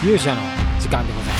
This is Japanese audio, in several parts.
勇者の時間でございます。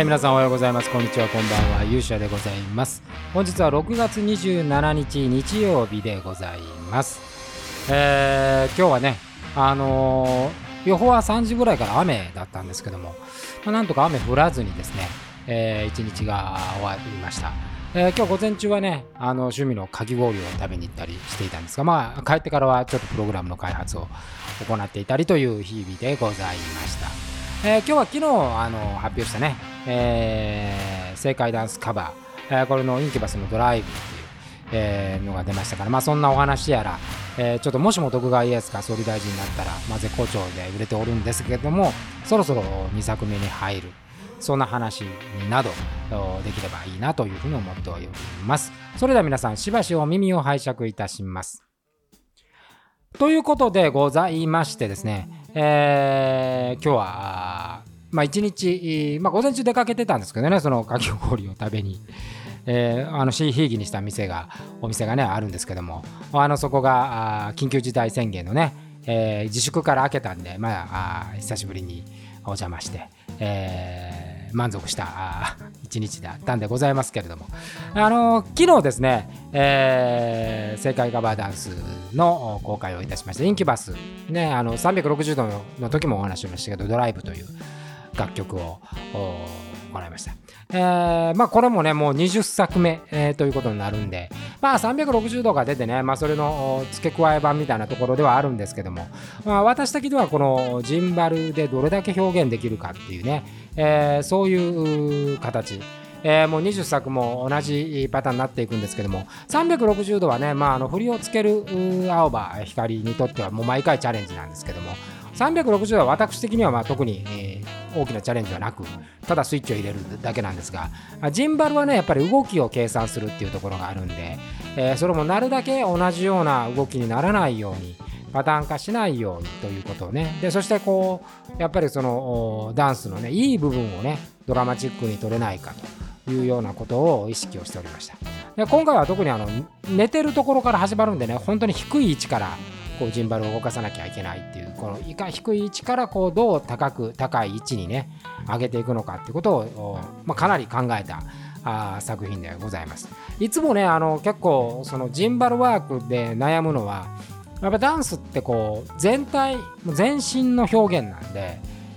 皆さんおはようございます。こんにちは、こんばんは。勇者でございます。本日は6月27日日曜日でございます。今日はね、予報は3時ぐらいから雨だったんですけども、なんとか雨降らずにですね、一日が終わりました。今日午前中はね、趣味のかき氷を食べに行ったりしていたんですが、帰ってからはちょっとプログラムの開発を行っていたりという日々でございました。今日は昨日発表したね、正解ダンスカバー、これのインキュバスのドライブっていう、のが出ましたから、そんなお話やら、ちょっともしも徳川家康が総理大臣になったら、絶好調で売れておるんですけれども、そろそろ2作目に入る、そんな話になどできればいいなというふうに思っております。それでは皆さんしばしお耳を拝借いたします。ということでございましてですね、今日は一日、午前中出かけてたんですけどね、そのかき氷を食べに、ひいぎにしたお店がねあるんですけども、そこが緊急事態宣言のね、自粛から明けたんで、久しぶりにお邪魔して、満足した一日だったんでございますけれども、昨日ですね、正解カバーダンスの公開をいたしました。インキュバス、ね、360度の時もお話しましたけど、ドライブという楽曲を行いました。これもねもう20作目、ということになるんで、360度が出てね、それの付け加え版みたいなところではあるんですけども、私的にはこのジンバルでどれだけ表現できるかっていうね、そういう形、もう20作も同じパターンになっていくんですけども、360度はね、振りをつける青葉光にとってはもう毎回チャレンジなんですけども、360度は私的には特に、大きなチャレンジはなく、ただスイッチを入れるだけなんですが、ジンバルはねやっぱり動きを計算するっていうところがあるんで、それもなるだけ同じような動きにならないように、パターン化しないようにということをね、でそしてやっぱりそのダンスのねいい部分をねドラマチックに取れないかというようなことを意識をしておりました。で今回は特に寝てるところから始まるんでね、本当に低い位置からジンバルを動かさなきゃいけないっていう、この低い位置からどう高い位置にね上げていくのかっていうことを、かなり考えた作品でございます。いつもね結構そのジンバルワークで悩むのは、やっぱダンスって全身の表現なんで、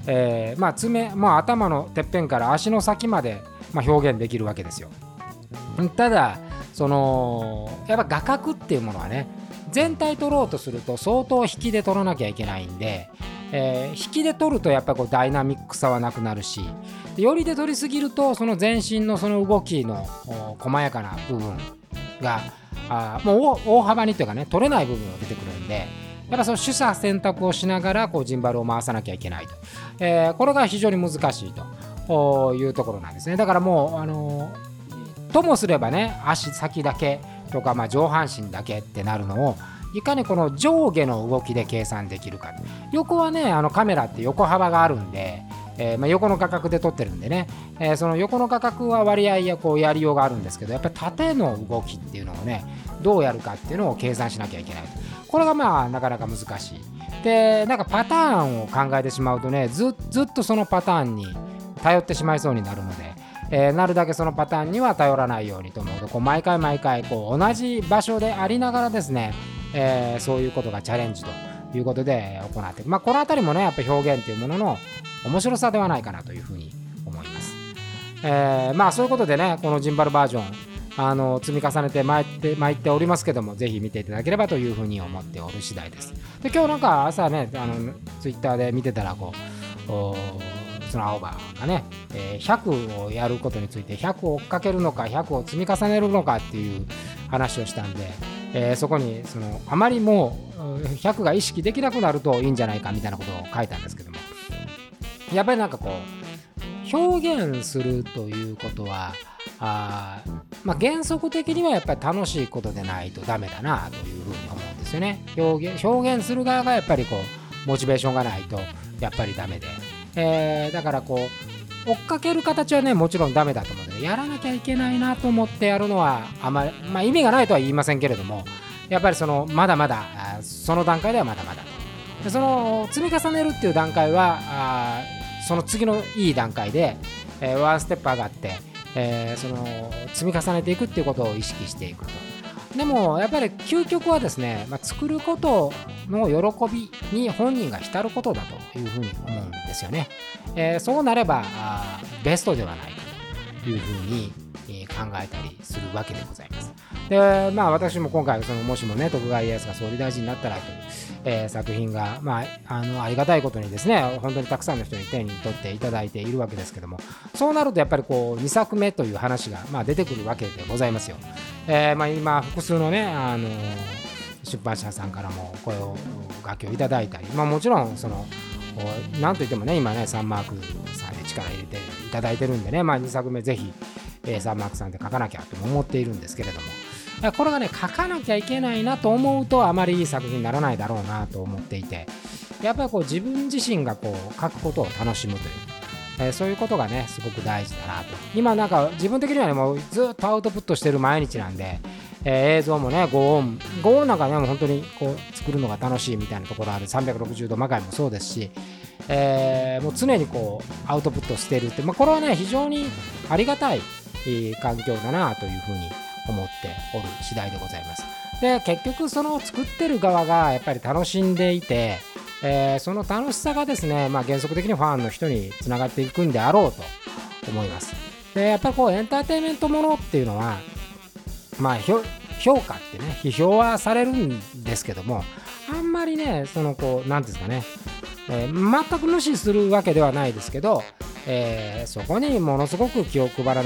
頭のてっぺんから足の先まで、表現できるわけですよ。ただやっぱ画角っていうものはね、全体撮ろうとすると相当引きで撮らなきゃいけないんで、引きで撮るとやっぱりダイナミックさはなくなるし、よりで撮りすぎるとその全身のその動きの細やかな部分がもう大幅にというかね撮れない部分が出てくるんで、やっぱその取捨選択をしながらジンバルを回さなきゃいけないと、これが非常に難しいというところなんですね。だからもうともすればね、足先だけとか、上半身だけってなるのをいかにこの上下の動きで計算できるか。横はねカメラって横幅があるんで、横の画角で撮ってるんでね、その横の画角は割合ややりようがあるんですけど、やっぱり縦の動きっていうのをねどうやるかっていうのを計算しなきゃいけない。これがなかなか難しい。でなんかパターンを考えてしまうとね、ずっとそのパターンに頼ってしまいそうになるので、なるだけそのパターンには頼らないようにと思うと、毎回同じ場所でありながらですね、そういうことがチャレンジということで行っていく。このあたりもねやっぱ表現というものの面白さではないかなというふうに思います。そういうことでね、このジンバルバージョン積み重ねて参っておりますけども、ぜひ見ていただければというふうに思っておる次第です。で今日なんか朝ねツイッターで見てたらその青葉がね、100をやることについて100を追っかけるのか100を積み重ねるのかっていう話をしたんで、そこにあまりもう100が意識できなくなるといいんじゃないかみたいなことを書いたんですけども、やっぱりなんか表現するということは原則的にはやっぱり楽しいことでないとダメだなというふうに思うんですよね。表現する側がやっぱりモチベーションがないとやっぱりダメで、だから追っかける形はねもちろんダメだと思うので、やらなきゃいけないなと思ってやるのはあまり、意味がないとは言いませんけれども、やっぱりまだまだその段階ではまだまだで、その積み重ねるっていう段階はその次のいい段階で、ワンステップ上がって、その積み重ねていくっていうことを意識していくと。でもやっぱり究極はですね、作ることの喜びに本人が浸ることだというふうに思うんですよね。そうなればベストではないかというふうに考えたりするわけでございます。で、私も今回もしもね徳川家康が総理大臣になったらという、作品が、ありがたいことにですね本当にたくさんの人に手に取っていただいているわけですけども、そうなるとやっぱりこう2作目という話が、出てくるわけでございますよ。今複数のね出版社さんからも声を楽器をいただいたり、もちろんなんといってもね今ねサンマークさんで力入れていただいてるんでね、2作目ぜひ、サンマークさんで書かなきゃと思っているんですけれども、これがね書かなきゃいけないなと思うとあまりいい作品にならないだろうなと思っていて、やっぱりこう自分自身がこう書くことを楽しむという、そういうことがねすごく大事だなと。今なんか自分的にはねもうずっとアウトプットしてる毎日なんで、映像もね5音なんかねもう本当にこう作るのが楽しいみたいなところある360度魔界もそうですし、もう常にこうアウトプットしてるって、これはね非常にありがたい環境だなというふうに思っておる次第でございます。で結局その作ってる側がやっぱり楽しんでいて、その楽しさがですね、原則的にファンの人につながっていくんであろうと思います。でやっぱりこうエンターテインメントものっていうのは評価ってね批評はされるんですけども、あんまりねなんですかね、全く無視するわけではないですけど、そこにものすごく気を配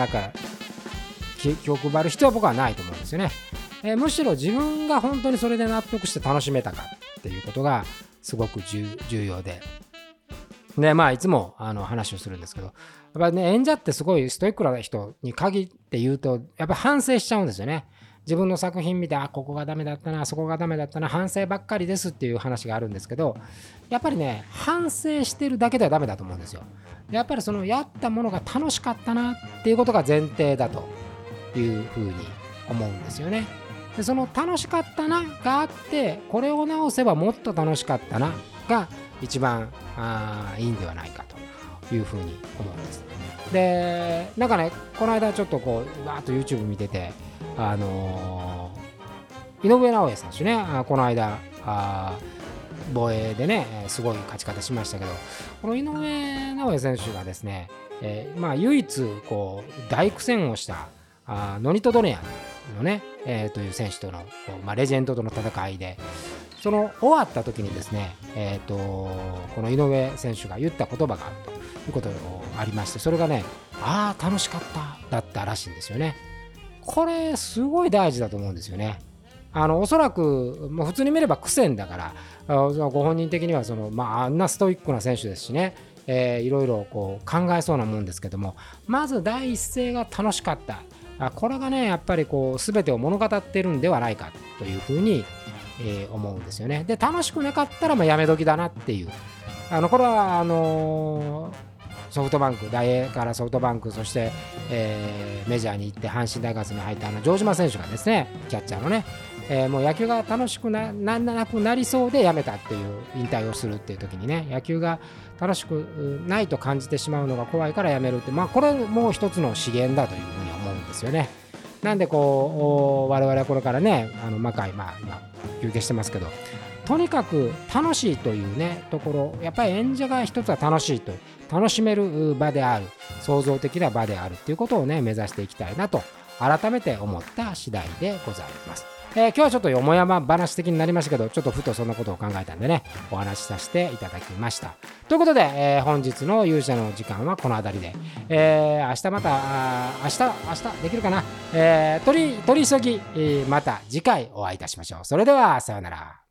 る必要は僕はないと思うんですよね。むしろ自分が本当にそれで納得して楽しめたかっていうことがすごく重要で、いつも話をするんですけど、やっぱりね演者ってすごいストイックな人に限って言うとやっぱり反省しちゃうんですよね。自分の作品見てここがダメだったなそこがダメだったな反省ばっかりですっていう話があるんですけど、やっぱりね反省してるだけではダメだと思うんですよ。やっぱりそのやったものが楽しかったなっていうことが前提だというふうに思うんですよね。でその楽しかったながあってこれを直せばもっと楽しかったなが一番いいんではないかというふうに思うんです。でなんかねこの間ちょっとこうわーっと YouTube 見てて井上尚弥選手ねこの間防衛でねすごい勝ち方しましたけど、この井上尚弥選手がですね、唯一こう大苦戦をしたノニト・ドネアのね、という選手とのレジェンドとの戦いでその終わった時にですね、この井上選手が言った言葉があるということがありまして、それがね楽しかっただったらしいんですよね。これすごい大事だと思うんですよね。おそらく普通に見れば苦戦だからご本人的にはあんなストイックな選手ですしね、いろいろこう考えそうなもんですけども、まず第一声が楽しかった、これがねやっぱりこう全てを物語ってるんではないかというふうに、思うんですよね。で楽しくなかったらやめ時だなっていう、これはソフトバンク大英からソフトバンクそして、メジャーに行って阪神タイガースに入った城島選手がですねキャッチャーのね、もう野球が楽しく なくなりそうでやめたっていう引退をするっていう時にね野球が楽しくないと感じてしまうのが怖いからやめるって、これもう一つの資源だというふうに思うんですよね。なんでこう我々はこれからね魔界今休憩してますけど、とにかく楽しいというねところ、やっぱり演者が一つは楽しいと楽しめる場である創造的な場であるっていうことをね目指していきたいなと改めて思った次第でございます。今日はちょっとよもやま話的になりましたけど、ちょっとふとそんなことを考えたんでねお話しさせていただきました。ということで、本日の勇者の時間はこの辺りで、明日また明日できるかな、取り急ぎ、また次回お会いいたしましょう。それではさようなら。